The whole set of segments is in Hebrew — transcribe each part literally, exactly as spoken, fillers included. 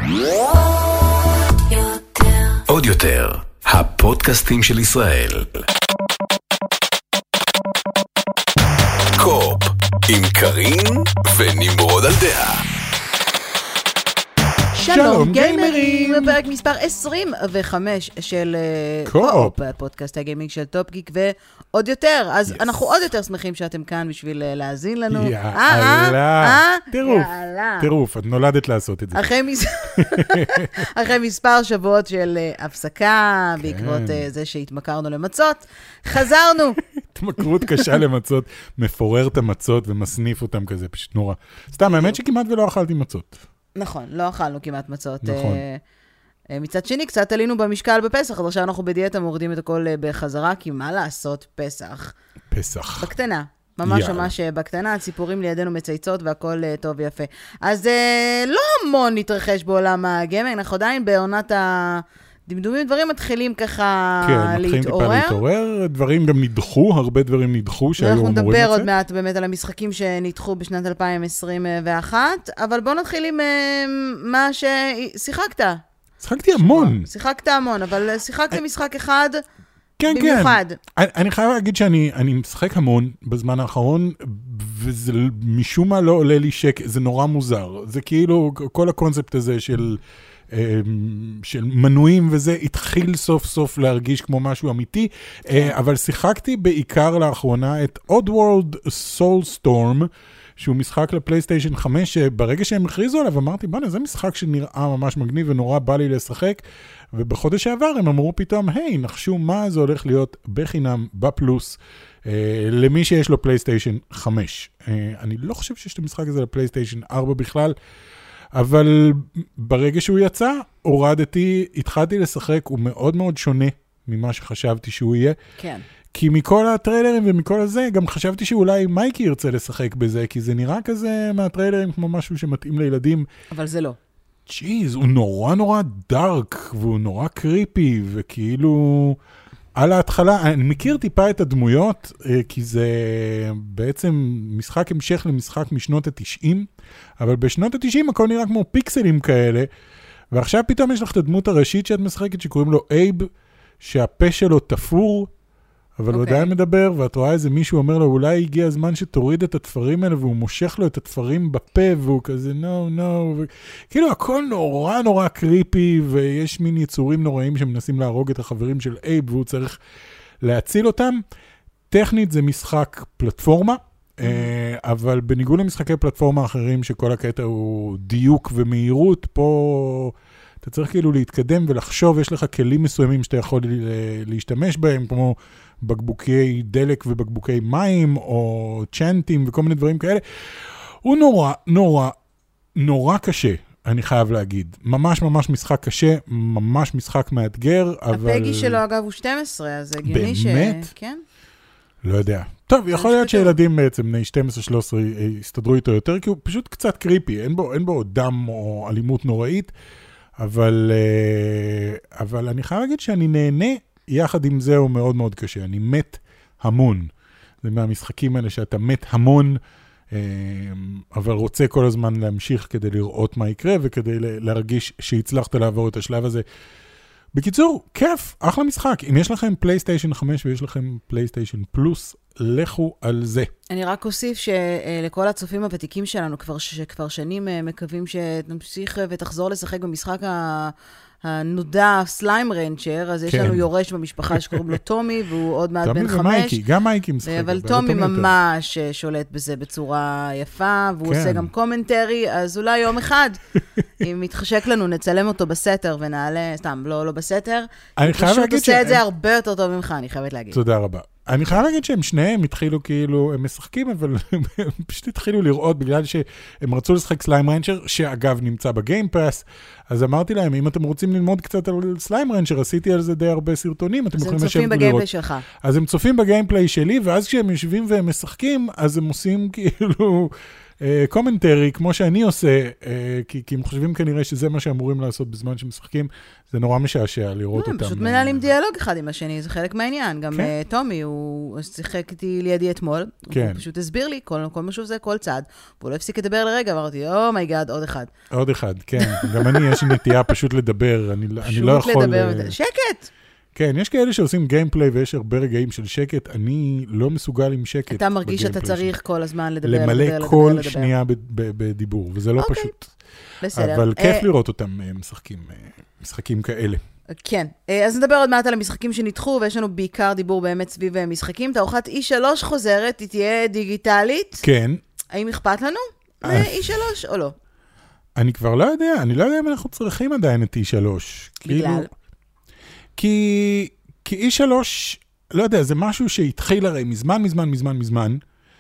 עוד יותר, הפודקאסטים של ישראל. קופ, עם קרין ונמרוד על דעה. שלום גיימרים, בפרק מספר עשרים וחמש של קופ, פודקאסט הגיימינג של טופ גיק ועוד יותר. אז אנחנו עוד יותר שמחים שאתם כאן בשביל להאזין לנו. יאללה, טירוף, טירוף, את נולדת לעשות את זה. אחרי מספר שבועות של הפסקה, בעקבות זה שהתמכרנו למצות, חזרנו. התמכרות קשה למצות, מפורר את המצות ומסניף אותם כזה, פשוט נורא. סתם, האמת שכמעט ולא אכלתי מצות. נכון, לא אכלנו כמעט מצות. נכון. מצד שני, קצת עלינו במשקל בפסח, אז עכשיו אנחנו בדיאטה מורידים את הכל בחזרה, כי מה לעשות פסח? פסח. בקטנה. ממש ממש בקטנה, הציפורים לידינו מצייצות והכל טוב ויפה. אז לא המון נתרחש בעולם הגיימינג, אנחנו עדיין בעונת ה... דמדומים, דברים מתחילים ככה כן, להתעורר. מתחילים טיפה להתעורר, דברים גם נדחו, הרבה דברים נדחו שהיו אמורים לצאת. אנחנו נדבר עוד מעט באמת על המשחקים שנדחו בשנת אלפיים עשרים ואחת, אבל בואו נתחיל עם מה ששיחקת. שיחקתי המון. שיחקת המון, אבל שיחקת משחק אחד כן, במיוחד. כן. אני חייב להגיד שאני אני משחק המון בזמן האחרון, וזה משום מה לא עולה לי שקט, זה נורא מוזר. זה כאילו כל הקונספט הזה של... של מנויים וזה התחיל סוף סוף להרגיש כמו משהו אמיתי, אבל שיחקתי בעיקר לאחרונה את Oddworld Soulstorm, שהוא משחק לפלייסטיישן חמש, שברגע שהם הכריזו עליו אמרתי, בנה, זה משחק שנראה ממש מגניב ונורא בא לי לשחק, ובחודש שעבר הם אמרו פתאום, היי, נחשו מה זה הולך להיות בחינם, בפלוס, למי שיש לו פלייסטיישן חמש. אני לא חושב שיש את המשחק הזה לפלייסטיישן ארבע בכלל, אבל ברגע שהוא יצא, הורדתי, התחלתי לשחק, הוא מאוד מאוד שונה ממה שחשבתי שהוא יהיה. כן. כי מכל הטריילרים ומכל הזה, גם חשבתי שאולי מייקי ירצה לשחק בזה, כי זה נראה כזה מהטריילרים כמו משהו שמתאים לילדים. אבל זה לא. ג'יז, הוא נורא נורא דארק, והוא נורא קריפי, וכאילו... על ההתחלה, אני מכיר טיפה את הדמויות, כי זה בעצם משחק המשך למשחק משנות ה-תשעים, אבל בשנות ה-תשעים הכל נראה כמו פיקסלים כאלה, ועכשיו פתאום יש לך את הדמות הראשית שאת משחקת, שקוראים לו אייב, שהפה שלו תפור, אבל הוא עדיין מדבר, ואת רואה איזה מישהו אומר לו, אולי הגיע הזמן שתוריד את התפרים האלה, והוא מושך לו את התפרים בפה, והוא כזה, נו, נו, כאילו הכל נורא נורא קריפי, ויש מין יצורים נוראים שמנסים להרוג את החברים של אייב, והוא צריך להציל אותם. טכנית זה משחק פלטפורמה, אבל בניגוד למשחקי פלטפורמה אחרים, שכל הקטע הוא דיוק ומהירות, פה... אתה צריך כאילו להתקדם ולחשוב, יש לך כלים מסוימים שאתה יכול להשתמש בהם, כמו בקבוקי דלק ובקבוקי מים, או צ'נטים וכל מיני דברים כאלה. הוא נורא, נורא, נורא קשה, אני חייב להגיד. ממש ממש משחק קשה, ממש משחק מאתגר, אבל... הפגי שלו אגב הוא שתים עשרה, אז הגיוני ש... באמת? כן? לא יודע. טוב, יכול להיות שילדים בעצם בני שתים עשרה שלוש עשרה הסתדרו איתו יותר, כי הוא פשוט קצת קריפי, אין בו, אין בו דם או אלימות נוראית, אבל, אבל אני חייב להגיד שאני נהנה, יחד עם זה הוא מאוד מאוד קשה. אני מת המון. זה מהמשחקים האלה שאתה מת המון, אבל רוצה כל הזמן להמשיך כדי לראות מה יקרה, וכדי להרגיש שהצלחת לעבור את השלב הזה. בקיצור, כיף, אחלה משחק. אם יש לכם פלייסטיישן חמש ויש לכם פלייסטיישן פלוס, לכו על זה. אני רק אוסיף שלכל הצופים הוותיקים שלנו, כבר, שכבר שנים מקווים שתמשיך ותחזור לשחק במשחק הנודע סליים רנצ'ר, אז יש לנו יורש במשפחה שקוראים לו טומי, והוא עוד מעט בן חמש. טומי ומייקי, גם מייקי משחק. אבל טומי ממש שולט בזה בצורה יפה, והוא עושה גם קומנטרי, אז אולי יום אחד, אם מתחשק לנו, נצלם אותו בסתר ונעלה, סתם, לא, לא בסתר. אני חייב להגיד פשוט עושה את זה הרבה יותר טוב ממך, אני חייבת להגיד. תודה רבה. אני חייב להגיד שהם שניהם התחילו כאילו, הם משחקים, אבל הם פשוט התחילו לראות, בגלל שהם רצו לשחק סליים רנצ'ר, שאגב נמצא בגיימפאס, אז אמרתי להם, אם אתם רוצים ללמוד קצת על סליים רנצ'ר, עשיתי על זה די הרבה סרטונים, אתם יכולים לשבת ולראות. אז הם צופים בגיימפליי שלך. אז הם צופים בגיימפליי שלי, ואז כשהם יושבים והם משחקים, אז הם עושים כאילו, קומנטרי, כמו שאני עושה, כי, כי הם חושבים כנראה שזה מה שאמורים לעשות בזמן שמשחקים, זה נורא משעשע לראות אותם. פשוט מנהלים דיאלוג אחד עם השני, זה חלק מהעניין. גם טומי, הוא שיחק איתי לידי אתמול, הוא פשוט הסביר לי כל מה שהוא עושה, כל צעד, והוא לא הפסיק לדבר לרגע, ואמרתי, או מי גאד, עוד אחד. עוד אחד, כן. גם אני, יש לי נטייה פשוט לדבר, אני לא יכול... פשוט לדבר, שקט! כן, יש כאלה שעושים גיימפליי ויש הרבה רגעים של שקט, אני לא מסוגל עם שקט. אתה מרגיש שאתה צריך כל הזמן לדבר, לדבר, לדבר. לדבר, למלא כל שנייה בדיבור, וזה לא פשוט. בסדר. אבל כיף לראות אותם משחקים, משחקים כאלה. כן, אז נדבר עוד מעט על המשחקים שנדחו, ויש לנו בעיקר דיבור באמת סביב משחקים. תערוכת אי שלוש חוזרת, היא תהיה דיגיטלית. כן. האם אכפת לנו מ-אי שלוש או לא? אני כבר לא יודע, אני לא יודע אם אנחנו צריכים עדיין את אי שלוש. בגלל? כי, כי אי שלוש, לא יודע, זה משהו שהתחיל הרי מזמן, מזמן, מזמן, מזמן,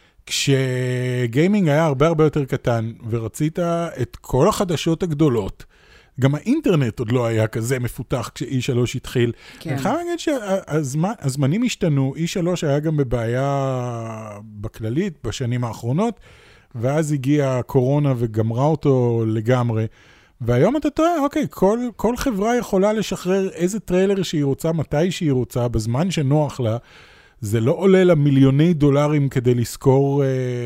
כשגיימינג היה הרבה הרבה יותר קטן, ורצית את כל החדשות הגדולות, גם האינטרנט עוד לא היה כזה מפותח כש-אי שלוש התחיל. כן. אני חייב להגיד שהזמנים השתנו, אי שלוש היה גם בבעיה בכללית בשנים האחרונות, ואז הגיעה הקורונה וגמרה אותו לגמרי, והיום אתה טועה, אוקיי, כל, כל חברה יכולה לשחרר איזה טריילר שהיא רוצה, מתי שהיא רוצה, בזמן שנוח לה, זה לא עולה לה מיליוני דולרים כדי לזכור אה,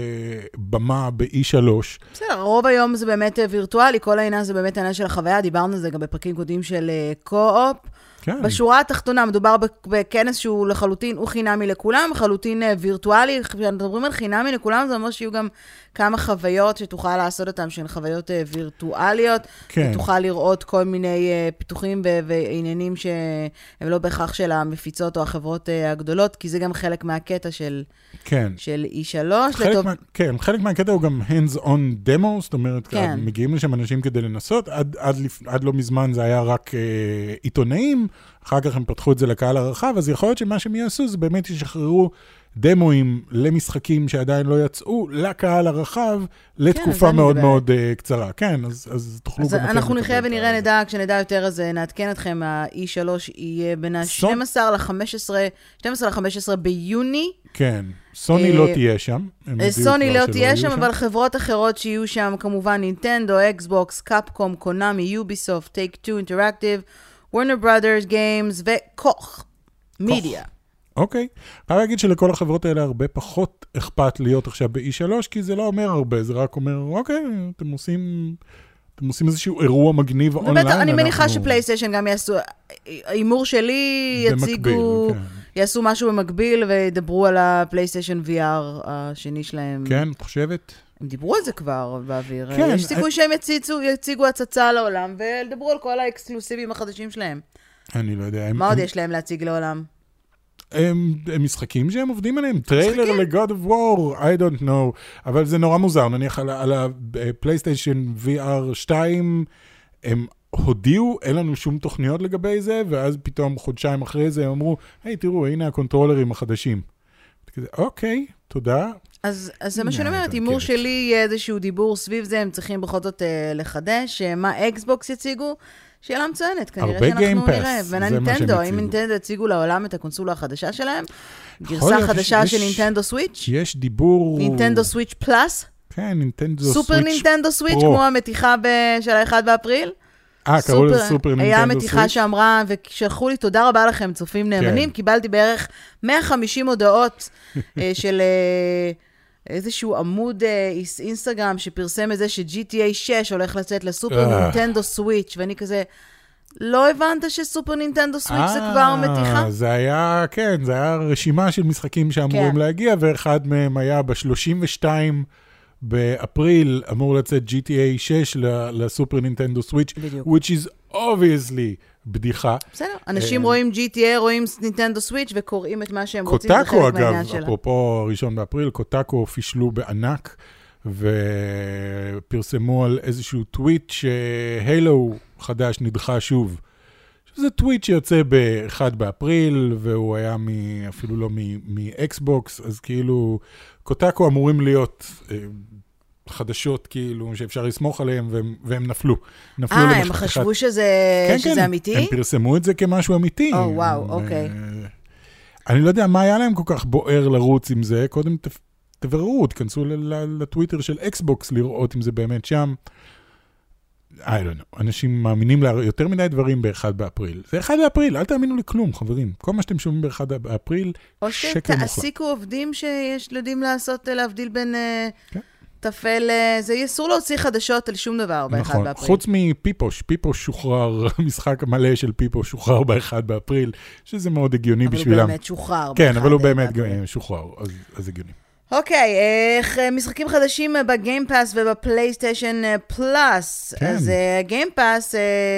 במה ב-אי שלוש. בסדר, רוב היום זה באמת וירטואלי, כל העניין זה באמת העניין של החוויה, דיברנו על זה גם בפרקים קודמים של קו-אופ. כן. בשורה התחתונה מדובר בכנס שהוא לחלוטין, הוא חינמי לכולם, חלוטין וירטואלי, מדברים על חינמי לכולם, זה אומר שיהיו גם כמה חוויות שתוכל לעשות אותם, שהן חוויות וירטואליות, כן. ותוכל לראות כל מיני פיתוחים ועניינים שהם לא בהכרח של המפיצות או החברות הגדולות, כי זה גם חלק מהקטע של, כן. של אי שלוש. חלק לטוב... מה, כן, חלק מהקטע הוא גם hands-on demo, זאת אומרת, כן. מגיעים לשם אנשים כדי לנסות, עד, עד, עד לא מזמן זה היה רק אה, עיתונאים, אחר כך הם פתחו את זה לקהל הרחב, אז יכול להיות שמה שהם יעשו זה באמת ישחררו דמוים למשחקים שעדיין לא יצאו לקהל הרחב, לתקופה כן, מאוד מאוד uh, קצרה. כן, אז, אז תוכלו אז גם... אז אנחנו נחיה ונראה, נדע, כשנדע יותר, אז נעדכן אתכם, ה-אי שלוש יהיה בין ה-שנים עשר לחמש עשרה, שנים עשר לחמש עשרה ביוני. כן, סוני לא תהיה שם. סוני לא תהיה שם, אבל חברות אחרות שיהיו שם, כמובן, נינטנדו, אקסבוקס, קאפקום, קונאמי, יוביסופט, טייק טו אינטראקטיב, וורנר ברודרס גיימס וכוח, מידיה. אוקיי. אני להגיד שלכל החברות האלה הרבה פחות אכפת להיות עכשיו ב-אי שלוש, כי זה לא אומר הרבה, זה רק אומר, אוקיי, אתם עושים, אתם עושים איזשהו אירוע מגניב אונליין. אני מניחה שפלייסטיישן גם יעשו, האימור שלי יציגו, יעשו משהו במקביל, וידברו על הפלייסטיישן וי אר השני שלהם. כן, חושבת? הם דיברו על זה כבר באוויר. יש סיכוי שהם יציגו הצצה לעולם, ולדברו על כל האקסקלוסיבים החדשים שלהם. אני לא יודע. מה עוד יש להם להציג לעולם? הם, הם משחקים שהם עובדים עליהם, טריילר ל-God of War, I don't know, אבל זה נורא מוזר, נניח על, על הפלייסטיישן וי אר שתיים, הם הודיעו, אין לנו שום תוכניות לגבי זה, ואז פתאום חודשיים אחרי זה הם אמרו, היי, תראו, הנה הקונטרולרים החדשים. כזה, אוקיי, תודה. אז, אז זה מה שאני אומרת, אימור שלי יהיה איזשהו דיבור סביב זה, הם צריכים בכל זאת uh, לחדש, מה אקסבוקס יציגו, שאלה מצוינת, כנראה שאנחנו נראה. ונינטנדו, אם נינטנדו הציגו לעולם את הקונסולה החדשה שלהם, גרסה חדשה של נינטנדו סוויץ'. יש דיבור... נינטנדו סוויץ' פלאס. כן, נינטנדו סוויץ' פרו. סופר נינטנדו סוויץ', כמו המתיחה של ה-אחד באפריל. אה, קראו לזה סופר נינטנדו סוויץ'. היה מתיחה שאמרה, ושלחו לי תודה רבה לכם, צופים נאמנים, קיבלתי בערך מאה וחמישים הודעות של... איזשהו עמוד אינסטגרם שפרסם את זה ש-ג'י טי איי שש הולך לצאת לסופר נינטנדו סוויץ', ואני כזה, לא הבנת שסופר נינטנדו סוויץ' זה כבר מתיחה? זה היה, כן, זה היה רשימה של משחקים שאמורים להגיע, ואחד מהם היה ב-שלושים ושניים באפריל, אמור לצאת ג'י טי איי שש לסופר נינטנדו סוויץ', which is obviously בדיחה. בסדר, אנשים רואים ג'י טי איי, רואים נינטנדו סוויץ' וקוראים את מה שהם רוצים, זה חלק מהעניין שלה. אפרופו ראשון באפריל, קוטאקו פישלו בענק, ופרסמו על איזשהו טוויט שהילו חדש נדחה שוב. זה טוויט שיוצא ב-אחד באפריל, והוא היה אפילו לא מאקסבוקס, אז כאילו, קוטאקו אמורים להיות... חדשות כאילו שאפשר לסמוך עליהם, והם, והם נפלו. נפלו אה, הם חשבו שזה, כן, שזה כן, אמיתי? הם פרסמו את זה כמשהו אמיתי. או, וואו, אוקיי. אני לא יודע מה היה להם כל כך בוער לרוץ עם זה, קודם תבררו, תכנסו לטוויטר של אקסבוקס לראות אם זה באמת שם. I don't know, אנשים מאמינים יותר מדי דברים ב-אחד באפריל. זה אחד באפריל, אל תאמינו לכלום, חברים. כל מה שאתם שומעים ב-אחד באפריל, או שקר מוחלט. או שתעסיקו עובדים שיש יודעים לעשות, להבדיל בין כן. תפל, זה אסור להוציא חדשות על שום דבר ב-אחד נכון, באפריל. חוץ מפיפוש, פיפוש שוחרר, משחק מלא של פיפוש שוחרר ב-אחד באפריל, שזה מאוד הגיוני בשבילם. אבל הוא באמת שוחרר. כן, אבל הוא באמת שוחרר, אז, אז הגיוני. אוקיי, משחקים חדשים בגיימפאס ובפלייסטיישן פלאס. כן. אז הגיימפאס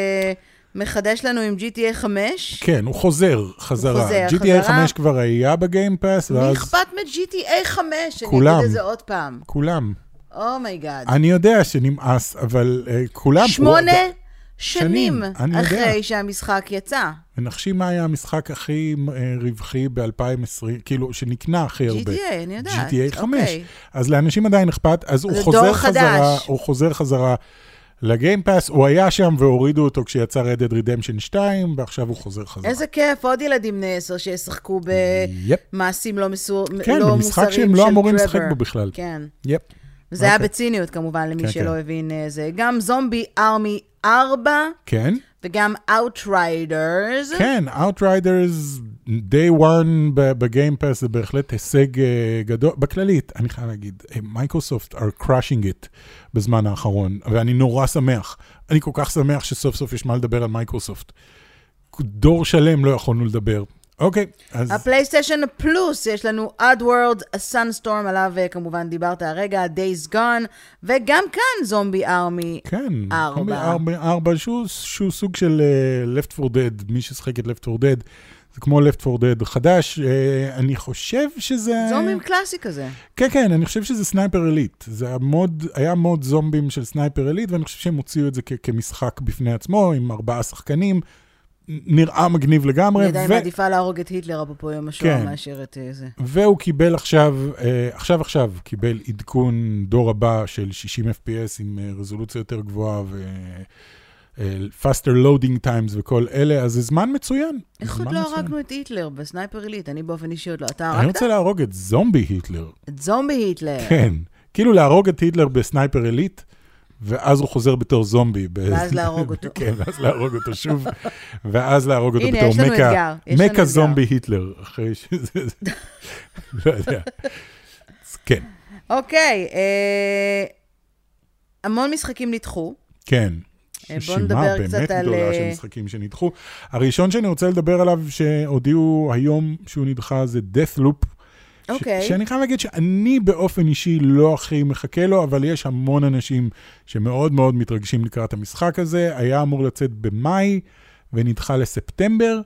מחדש לנו עם ג'י טי איי חמש. כן, הוא חוזר, חזרה. חוזר, ג'י טי איי חזרה. חמש כבר היה בגיימפאס, מי ואז... אכפת מ-ג'י טי איי חמש? כולם. אני אגיד את זה עוד פעם. כולם. אומייגאד. אני יודע שנמאס, אבל uh, כולם... שמונה הוא... שנים אני אחרי יודע. שהמשחק יצא. ונחשים מה היה המשחק הכי uh, רווחי ב-אלפיים ועשרים, כאילו, שנקנה הכי הרבה. ג'י טי איי, אני יודעת. ג'י טי איי חמש. אוקיי. אז לאנשים עדיין אכפת, אז הוא זה חוזר דור חזרה, חדש. הוא חוזר חזרה לגיימפאס, הוא היה שם והורידו אותו כשיצא Red Dead Redemption שתיים, ועכשיו הוא חוזר חזרה. איזה כיף, עוד ילדים בני עשר שישחקו יפ. במעשים לא מסור... כן, לא במשחק מוסריים שהם לא של אמורים טרוור. לשחק בו בכלל. כן. יפ. וזה היה אוקיי. בציניות כמובן, למי כן, שלא כן. הבין זה. גם זומבי ארמי ארבע, כן. וגם Outriders. כן, Outriders, Day One בגיימפאס, זה בהחלט הישג אה, גדול. בכללית, אני חייב להגיד, מייקרוסופט are crushing it בזמן האחרון, ואני נורא שמח. אני כל כך שמח שסוף סוף יש מה לדבר על מייקרוסופט. דור שלם לא יכולנו לדבר. אוקיי, אז... הפלייסטיישן פלוס, יש לנו Oddworld, A Sunstorm, עליו כמובן דיברת הרגע, Days Gone, וגם כאן זומבי ארמי כן, ארבע. ארבע, ארבע שהוא, שהוא סוג של uh, Left four Dead, מי ששחק את Left four Dead, זה כמו Left four Dead חדש, uh, אני חושב שזה... זומבים קלאסי כזה. כן, כן, אני חושב שזה סנייפר אליט, זה המוד, היה מוד זומבים של סנייפר אליט, ואני חושב שהם הוציאו את זה כ- כמשחק בפני עצמו, עם ארבעה שחקנים, נראה מגניב לגמרי. אני עדיין מעדיפה להרוג את היטלר אפרופו יום השואה, מאשר את זה. והוא קיבל עכשיו, עכשיו עכשיו, קיבל עדכון דור הבא של שישים אף פי אס עם רזולוציה יותר גבוהה ו... faster loading times וכל אלה, אז זה זמן מצוין. איך עוד לא הרגנו את היטלר בסנייפר אליט? אני באופן אישי עוד לא. אתה הרגת? אני רוצה להרוג את זומבי היטלר. את זומבי היטלר. כן. כאילו להרוג את היטלר בסנייפר אליט, ואז הוא חוזר בתור זומבי. ואז להרוג אותו. כן, ואז להרוג אותו שוב, ואז להרוג אותו בתור מקה. הנה, יש לנו אתגר. מקה זומבי היטלר, אחרי שזה... לא יודע. כן. אוקיי, המון משחקים נדחו. כן. בוא נדבר קצת על... באמת גדולה של משחקים שנדחו. הראשון שאני רוצה לדבר עליו, שהודיעו היום שהוא נדחה, זה Deathloop. אוקיי. ש- שאני חייב להגיד שאני באופן אישי לא הכי מחכה לו, אבל יש המון אנשים שמאוד מאוד מתרגשים לקראת המשחק הזה. היה אמור לצאת במאי, ונדחה לספטמבר.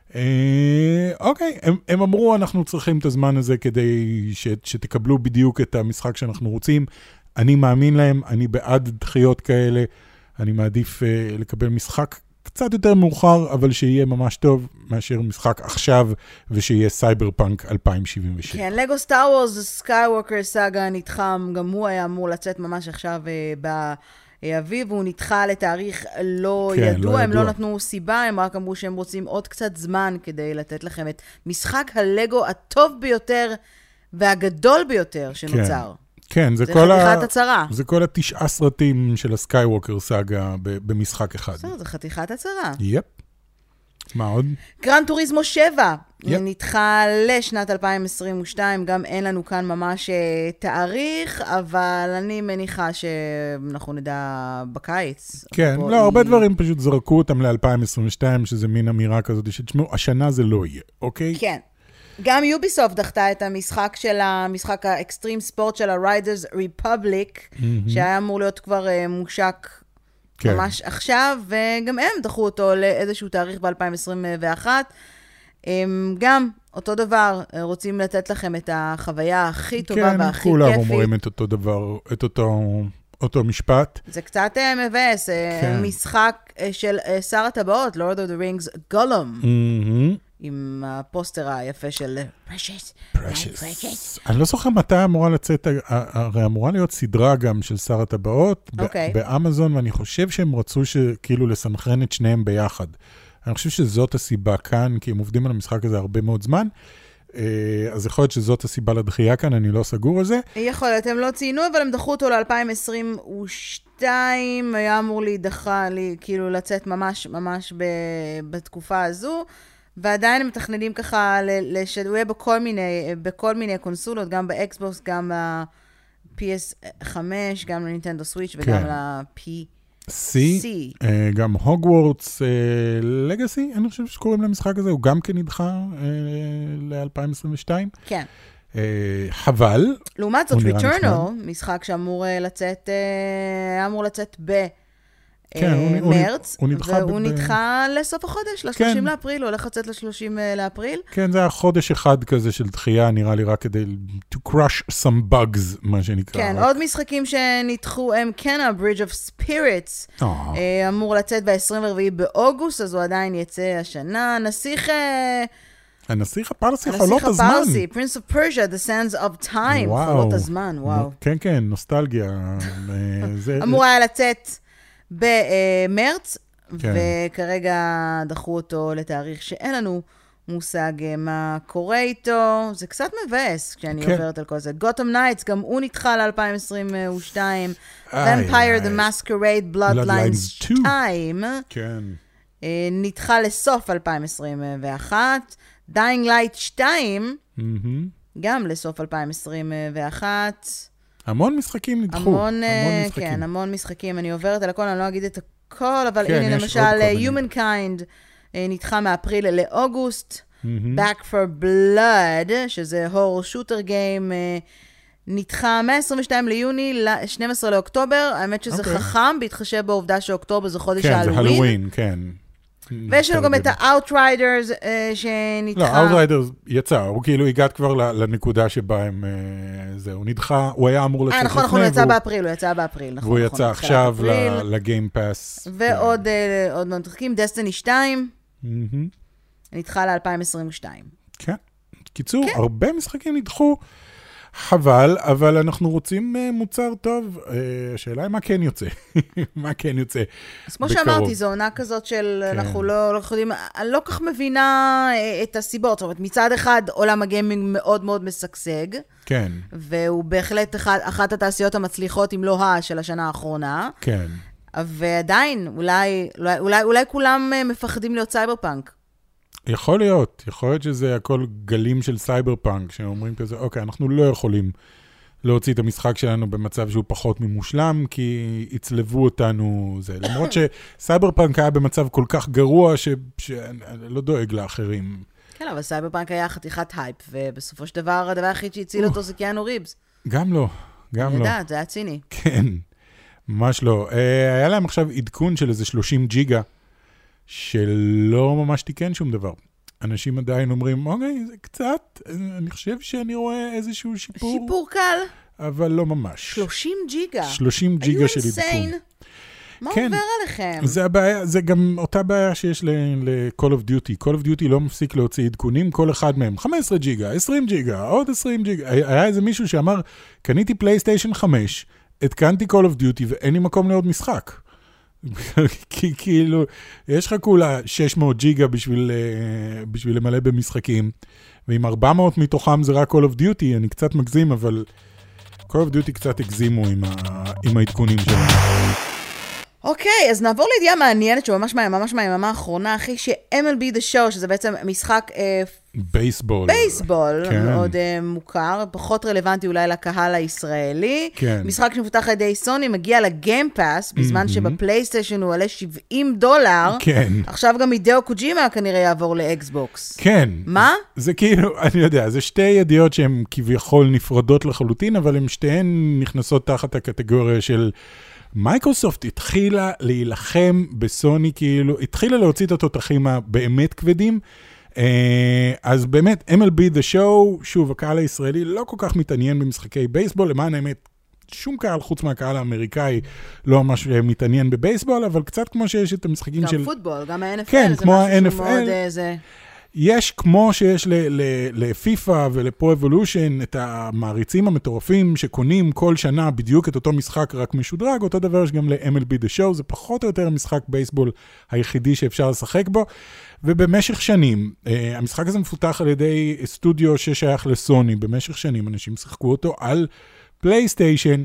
אה, אוקיי, הם, הם אמרו, אנחנו צריכים את הזמן הזה כדי ש- שתקבלו בדיוק את המשחק שאנחנו רוצים. אני מאמין להם, אני בעד דחיות כאלה. אני מעדיף uh, לקבל משחק קצת יותר מאוחר, אבל שיהיה ממש טוב, מאשר משחק עכשיו, ושיהיה סייבר פאנק אלפיים שבעים ושבע. כן, לגו סטאר וורס, סקייווקר סאגה נדחם, גם הוא היה אמור לצאת ממש עכשיו uh, באביב, והוא נדחה לתאריך לא כן, ידוע, לא הם ידוע. לא נתנו סיבה, הם רק אמרו שהם רוצים עוד קצת זמן, כדי לתת לכם את משחק הלגו הטוב ביותר, והגדול ביותר שנוצר. כן. כן, זה, זה כל חתיכת ה... הצרה. זה כל התשעה סרטים של הסקייווקר סאגה ב- במשחק אחד. בסדר, זה חתיכת הצרה. יפ. מה עוד? גרן טוריזמו שבע יפ. נדחה לשנת אלפיים עשרים ושתיים, גם אין לנו כאן ממש אה, תאריך, אבל אני מניחה שאנחנו נדע בקיץ. כן, פה לא, היא... הרבה דברים פשוט זרקו אותם ל-אלפיים עשרים ושתיים, שזה מין אמירה כזאת, שתשמעו, השנה זה לא יהיה, אוקיי? כן. גם יוביסופט דחתה את המשחק של המשחק האקסטרים ספורט של ה-Riders Republic, mm-hmm. שהיה אמור להיות כבר uh, מושק כן. ממש עכשיו, וגם הם דחו אותו לאיזשהו תאריך ב-אלפיים עשרים ואחת. הם גם אותו דבר, רוצים לתת לכם את החוויה הכי טובה כן, והכי כולם כיפית. אומרים את אותו דבר, את אותו, אותו משפט. זה קצת מבאס, כן. משחק של שר הטבעות, Lord of the Rings, גולום. Mm-hmm. עם הפוסטר היפה של Precious. Precious. Precious. אני לא זוכר מתי אמורה לצאת, הרי אמורה להיות סדרה גם של שר הטבעות okay. באמזון, ואני חושב שהם רצו שכאילו לסנכרן את שניהם ביחד. אני חושב שזאת הסיבה כאן, כי הם עובדים על המשחק הזה הרבה מאוד זמן, אז יכול להיות שזאת הסיבה לדחייה כאן, אני לא סגור על זה. יכול להיות, הם לא ציינו, אבל הם דחו אותו ל-אלפיים עשרים ושתיים, היה אמור להידחה, כאילו לצאת ממש ממש בתקופה הזו, ועדיין הם מתכננים ככה, שהוא יהיה בכל מיני, בכל מיני קונסולות, גם באקסבוקס, גם ב-פי אס חמש, גם לנינטנדו סוויץ' וגם ל-P C. גם הוגוורטס לגאסי, אני חושב שקוראים למשחק הזה, הוא גם כן נדחה ל-אלפיים עשרים ושתיים. כן. חבל. לעומת זאת, Returnal, משחק שאמור לצאת, אמור לצאת במרץ, והוא נדחה לסוף החודש, ל-שלושים לאפריל, הוא הולך לצאת ל-שלושים לאפריל. כן, זה היה חודש אחד כזה של דחייה, נראה לי רק כדי to crush some bugs, מה שנקרא. כן, עוד משחקים שנדחו הם כן ה-Bridge of Spirits, אמור לצאת ב-עשרים וארבעה באוגוסט, אז הוא עדיין יצא השנה. נסיך... הנסיך הפרסי, חולות הזמן. הנסיך הפרסי, Prince of Persia, The Sands of Time, חולות הזמן, וואו. כן, כן, נוסטלגיה. אמור היה לצאת במרץ, וכרגע דחו אותו לתאריך שאין לנו מושג מה קורה איתו. זה קצת מבאס כשאני עוברת על כל זה. Gotham Knights, גם הוא נדחה ל-אלפיים עשרים ושתיים. Vampire the Masquerade Bloodlines שתיים. כן. נדחה לסוף אלפיים עשרים ואחת. Dying Light שתיים, גם לסוף אלפיים עשרים ואחת. המון משחקים נדחו. המון, כן, המון משחקים. אני עוברת על הכל, אני לא אגיד את הכל, אבל הנה למשל, Humankind נדחה מאפריל לאוגוסט. Back for Blood, שזה הורר שוטר גיים, נדחה מאה עשרים ושניים ליוני, ל-שנים עשר לאוקטובר. האמת שזה חכם, בהתחשב בעובדה שאוקטובר זה חודש ההלווין. כן, זה הלווין, כן. ויש לנו גם את ה-Outriders שנדחה. לא, Outriders יצא, הוא כאילו הגעת כבר לנקודה שבה הם, זהו, נדחה, הוא היה אמור לצאת לפני. נכון, נכון, הוא יצא באפריל, הוא יצא באפריל. והוא יצא עכשיו לגיים פאס. ועוד מאוד מתחקים, Destiny שתיים, נדחה ל-אלפיים עשרים ושתיים. כן, קיצור, הרבה משחקים נדחו, חבל, אבל אנחנו רוצים מוצר טוב. השאלה היא מה כן יוצא. מה כן יוצא בקרוב. אז כמו שאמרתי, זו עונה כזאת של, אנחנו לא יכולים, אני לא כך מבינה את הסיבות. זאת אומרת, מצד אחד, עולם הגיימינג מאוד מאוד משגשג. כן. והוא בהחלט אחת התעשיות המצליחות, אם לא ה, של השנה האחרונה. כן. ועדיין, אולי, אולי, אולי כולם מפחדים להיות סייבר פאנק. יכול להיות, יכול להיות שזה הכל גלים של סייבר פאנק, שאומרים כזה, אוקיי, אנחנו לא יכולים להוציא את המשחק שלנו במצב שהוא פחות ממושלם, כי הצלבו אותנו זה. למרות שסייבר פאנק היה במצב כל כך גרוע, שאני לא דואג לאחרים. כן, אבל סייבר פאנק היה חתיכת הייפ, ובסופו של דבר, הדבר הכי שהציל אותו זה קיאנו ריבס. גם לא, גם לא. אני יודעת, זה היה ציני. כן, ממש לא. היה להם עכשיו עדכון של איזה שלושים ג'יגה, שלא ממש תיקן שום דבר. אנשים עדיין אומרים, אוקיי, זה קצת, אני חושב שאני רואה איזשהו שיפור. שיפור קל. אבל לא ממש. שלושים ג'יגה. שלושים ג'יגה של עדכון. מה עובר עליכם? זה הבעיה, זה גם אותה בעיה שיש ל-Call of Duty. Call of Duty לא מפסיק להוציא עדכונים, כל אחד מהם, חמש עשרה ג'יגה, עשרים ג'יגה, עוד עשרים ג'יגה. היה איזה מישהו שאמר, קניתי פלייסטיישן חמש, התקנתי Call of Duty ואין לי מקום לעוד משחק. כי כאילו, יש לך כולה שש מאות ג'יגה בשביל, בשביל למלא במשחקים, ועם ארבע מאות מתוכם זה רק Call of Duty, אני קצת מגזים, אבל Call of Duty קצת הגזימו עם, ה, עם העדכונים שלנו. אוקיי, אז נעבור לידיעה מעניינת, שממש ממש מהיממה האחרונה, אחי, ש-אם אל בי The Show, שזה בעצם משחק... בייסבול. בייסבול, מאוד מוכר, פחות רלוונטי אולי לקהל הישראלי. כן. משחק שמפותח על ידי סוני, מגיע לגיים פאס, בזמן שבפלייסטיישן הוא עולה שבעים דולר. כן. עכשיו גם הידאו קוג'ימה כנראה יעבור לאקסבוקס. כן. מה? זה כאילו, אני יודע, זה שתי ידיעות שהן כביכול נפרדות לחלוטין, אבל הן שתיהן נכנסות תחת הקטגוריה של... מייקרוסופט התחילה להילחם בסוני, כאילו, התחילה להוציא את התותחים הבאמת כבדים, אז באמת, אם אל בי The Show, שוב, הקהל הישראלי לא כל כך מתעניין במשחקי בייסבול, למען האמת, שום קהל חוץ מהקהל האמריקאי לא ממש מתעניין בבייסבול, אבל קצת כמו שיש את המשחקים גם של... גם פוטבול, גם ה-אן אף אל, כן, זה כמו משהו ה-אן אף אל. שהוא מאוד... זה... יש כמו שיש לפיפה ולפרו אבולושן את המעריצים המטורפים שקונים כל שנה בדיוק את אותו משחק רק משודרג, אותו דבר יש גם ל-אם אל בי The Show, זה פחות או יותר המשחק בייסבול היחידי שאפשר לשחק בו, ובמשך שנים, המשחק הזה מפותח על ידי סטודיו ששייך לסוני, במשך שנים אנשים שיחקו אותו על פלייסטיישן,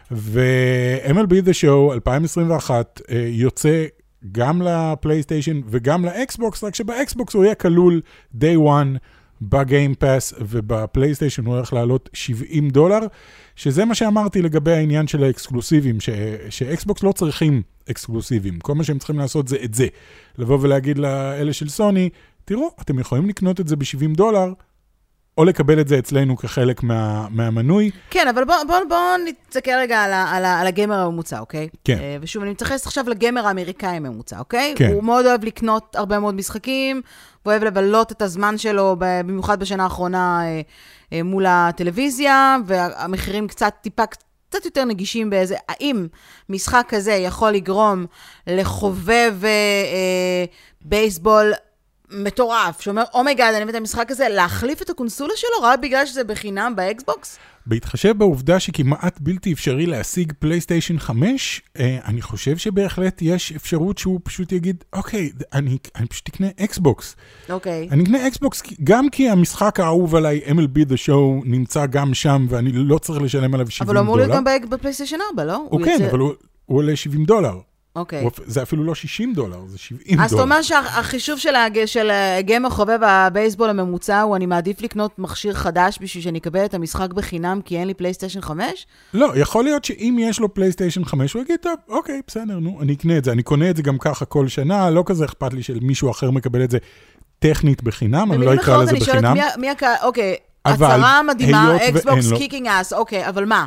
ו-אם אל בי The Show אלפיים עשרים ואחת יוצא גם לפלייסטיישן וגם לאקסבוקס, רק שבאקסבוקס הוא יהיה כלול day one בגיים פאס, ובפלייסטיישן הוא הולך לעלות שבעים דולר, שזה מה שאמרתי לגבי העניין של האקסקלוסיבים, ש- שאקסבוקס לא צריכים אקסקלוסיבים, כל מה שהם צריכים לעשות זה את זה, לבוא ולהגיד לאלה של סוני, תראו, אתם יכולים לקנות את זה ב-שבעים דולר, או לקבל את זה אצלנו כחלק מה, מהמנוי. כן, אבל בוא, בוא, בוא נתסתכל רגע על, ה, על, ה, על הגיימר הממוצע, אוקיי? כן. ושוב, אני מתייחס עכשיו לגיימר האמריקאי הממוצע, אוקיי? כן. הוא מאוד אוהב לקנות הרבה מאוד משחקים, הוא אוהב לבלות את הזמן שלו, במיוחד בשנה האחרונה מול הטלוויזיה, והמחירים קצת טיפה, קצת יותר נגישים באיזה, האם משחק כזה יכול לגרום לחובב אה, בייסבול מטורף, שאומר, אומייגאד, אני מביא את המשחק הזה, להחליף את הקונסולה שלו, רק בגלל שזה בחינם באקסבוקס? בהתחשב בעובדה שכמעט בלתי אפשרי להשיג פלייסטיישן חמש, אני חושב שבהחלט יש אפשרות שהוא פשוט יגיד, אוקיי, אני, אני פשוט אקנה אקסבוקס. אוקיי. אני אקנה אקסבוקס גם כי המשחק האהוב עליי, אם אל בי The Show, נמצא גם שם, ואני לא צריך לשלם עליו שבעים דולר. אבל הוא אמור להיות גם בפלייסטיישן ארבע, לא? הוא כן, אבל הוא עולה שבעים דולר. אוקיי. זה אפילו לא שישים דולר, זה שבעים דולר. אז אתה אומר שהחישוב של הגיימר חובב הבייסבול הממוצע הוא, אני מעדיף לקנות מכשיר חדש בשביל שאני אקבל את המשחק בחינם, כי אין לי פלייסטיישן חמש? לא, יכול להיות שאם יש לו פלייסטיישן חמש, הוא יגיד, טוב, אוקיי, בסדר, נו, אני אקנה את זה. אני קונה את זה גם ככה כל שנה, לא כזה אכפת לי שמישהו אחר מקבל את זה טכנית בחינם, אני לא אקרא לזה בחינם. מי הקהל, אוקיי, הצהרה מדהימה, אקסבוקס קיקינג אס, אוקיי, אבל מה?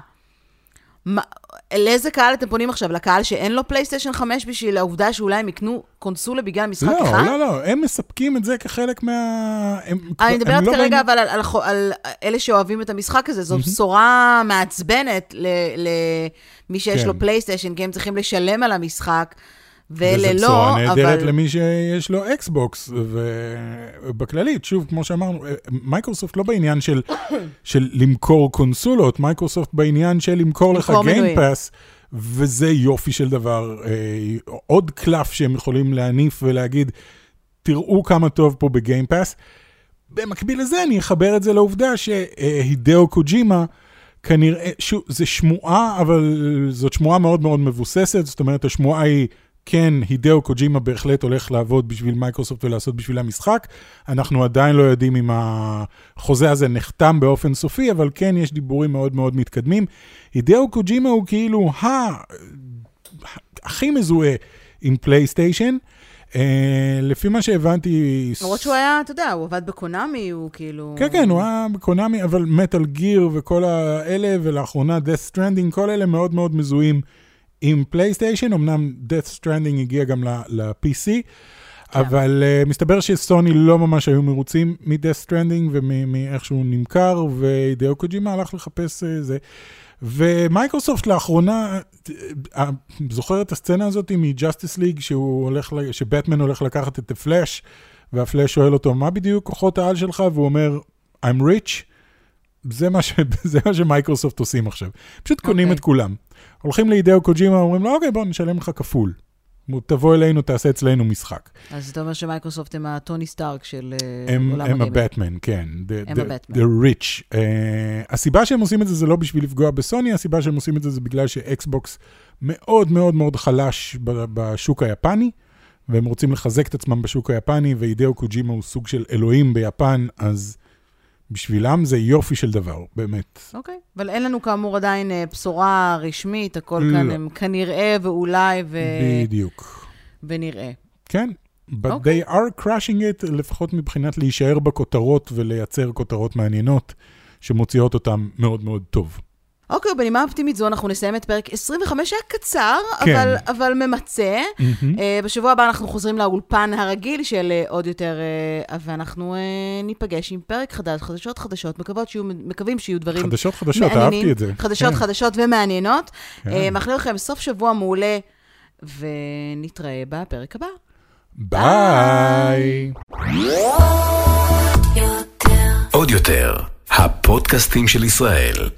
לאיזה קהל אתם פונים עכשיו? לקהל שאין לו פלייסטיישן חמש בשביל העובדה שאולי הם יקנו קונסולה בגלל משחק אחד? לא, לא, לא, הם מספקים את זה כחלק מה... אני מדברת כרגע אבל על אלה שאוהבים את המשחק הזה, זו בשורה מעצבנת למי שיש לו פלייסטיישן, כי הם צריכים לשלם על המשחק, ואלה לא, וזה בשורה נהדרת למי שיש לו אקסבוקס, ובכללית, שוב, כמו שאמרנו, מייקרוסופט לא בעניין של, של למכור קונסולות, מייקרוסופט בעניין של למכור לך גיימפאס, וזה יופי של דבר, עוד קלף שהם יכולים להניף ולהגיד, תראו כמה טוב פה בגיימפאס. במקביל לזה אני אחבר את זה לעובדה שהידאו קוג'ימה, כנראה, שוב, זה שמועה, אבל זאת שמועה מאוד מאוד מבוססת, זאת אומרת, השמועה היא, כן, הידאו קוג'ימה בהחלט הולך לעבוד בשביל מייקרוסופט ולעשות בשביל המשחק. אנחנו עדיין לא יודעים אם החוזה הזה נחתם באופן סופי, אבל כן, יש דיבורים מאוד מאוד מתקדמים. הידאו קוג'ימה הוא כאילו ה... הכי מזוהה עם פלייסטיישן. לפי מה שהבנתי... למרות שהוא היה, אתה יודע, הוא עבד בקונאמי, הוא כאילו... כן, כן, הוא היה בקונאמי, אבל מטל גיר וכל האלה, ולאחרונה Death Stranding, כל אלה מאוד מאוד מזוהים עם פלייסטיישן, אמנם Death Stranding הגיע גם ל-פי סי, אבל uh, מסתבר שסוני לא ממש היו מרוצים מ-Death Stranding ומאיך שהוא נמכר, והידאו קוג'ימה הלך לחפש uh, זה. ומייקרוסופט לאחרונה, זוכר את הסצנה הזאת מ-Justice League, שהוא הולך, שבטמן הולך לקחת את הפלאש, והפלאש שואל אותו, מה בדיוק כוחות העל שלך? והוא אומר, I'm rich. זה מה, ש... זה מה שמייקרוסופט עושים עכשיו. פשוט קונים את כולם. הולכים לידאו קוג'ימה, אומרים לו, אוקיי, בוא נשלם לך כפול. תבוא אלינו, תעשה אצלנו משחק. אז אתה אומר שמייקרוסופט הם הטוני סטארק של הם, עולם הם הגיימינג. הבטמן, כן. The, הם the, הבטמן. The rich. Uh, הסיבה שהם עושים את זה, זה לא בשביל לפגוע בסוני, הסיבה שהם עושים את זה, זה בגלל שאקסבוקס מאוד מאוד מאוד חלש בשוק היפני, והם רוצים לחזק את עצמם בשוק היפני, והידאו קוג'ימה הוא סוג של אלוהים ביפן, אז בשבילם זה יופי של דבר, באמת. אוקיי, אבל אין לנו כאמור עדיין בשורה רשמית, הכל לא. כאן הם כנראה ואולי ו... בדיוק. ונראה. כן, but אוקיי. they are crushing it, לפחות מבחינת להישאר בכותרות ולייצר כותרות מעניינות, שמוציאות אותם מאוד מאוד טוב. אוקיי, בנימה אופטימית זו, אנחנו נסיים את פרק עשרים וחמש, היה קצר, כן. אבל, אבל ממצא. Mm-hmm. Uh, בשבוע הבא אנחנו חוזרים לאולפן הרגיל של uh, עוד יותר, uh, ואנחנו uh, ניפגש עם פרק חדש, חדשות חדשות, מקוות שיהיו, מקווים שיהיו דברים חדשות חדשות, מעניינים, אהבתי את זה. חדשות כן. חדשות ומעניינות. כן. Uh, מאחלים לכם סוף שבוע מעולה, ונתראה בפרק הבא. ביי. ביי. הפודקאסטים של ישראל.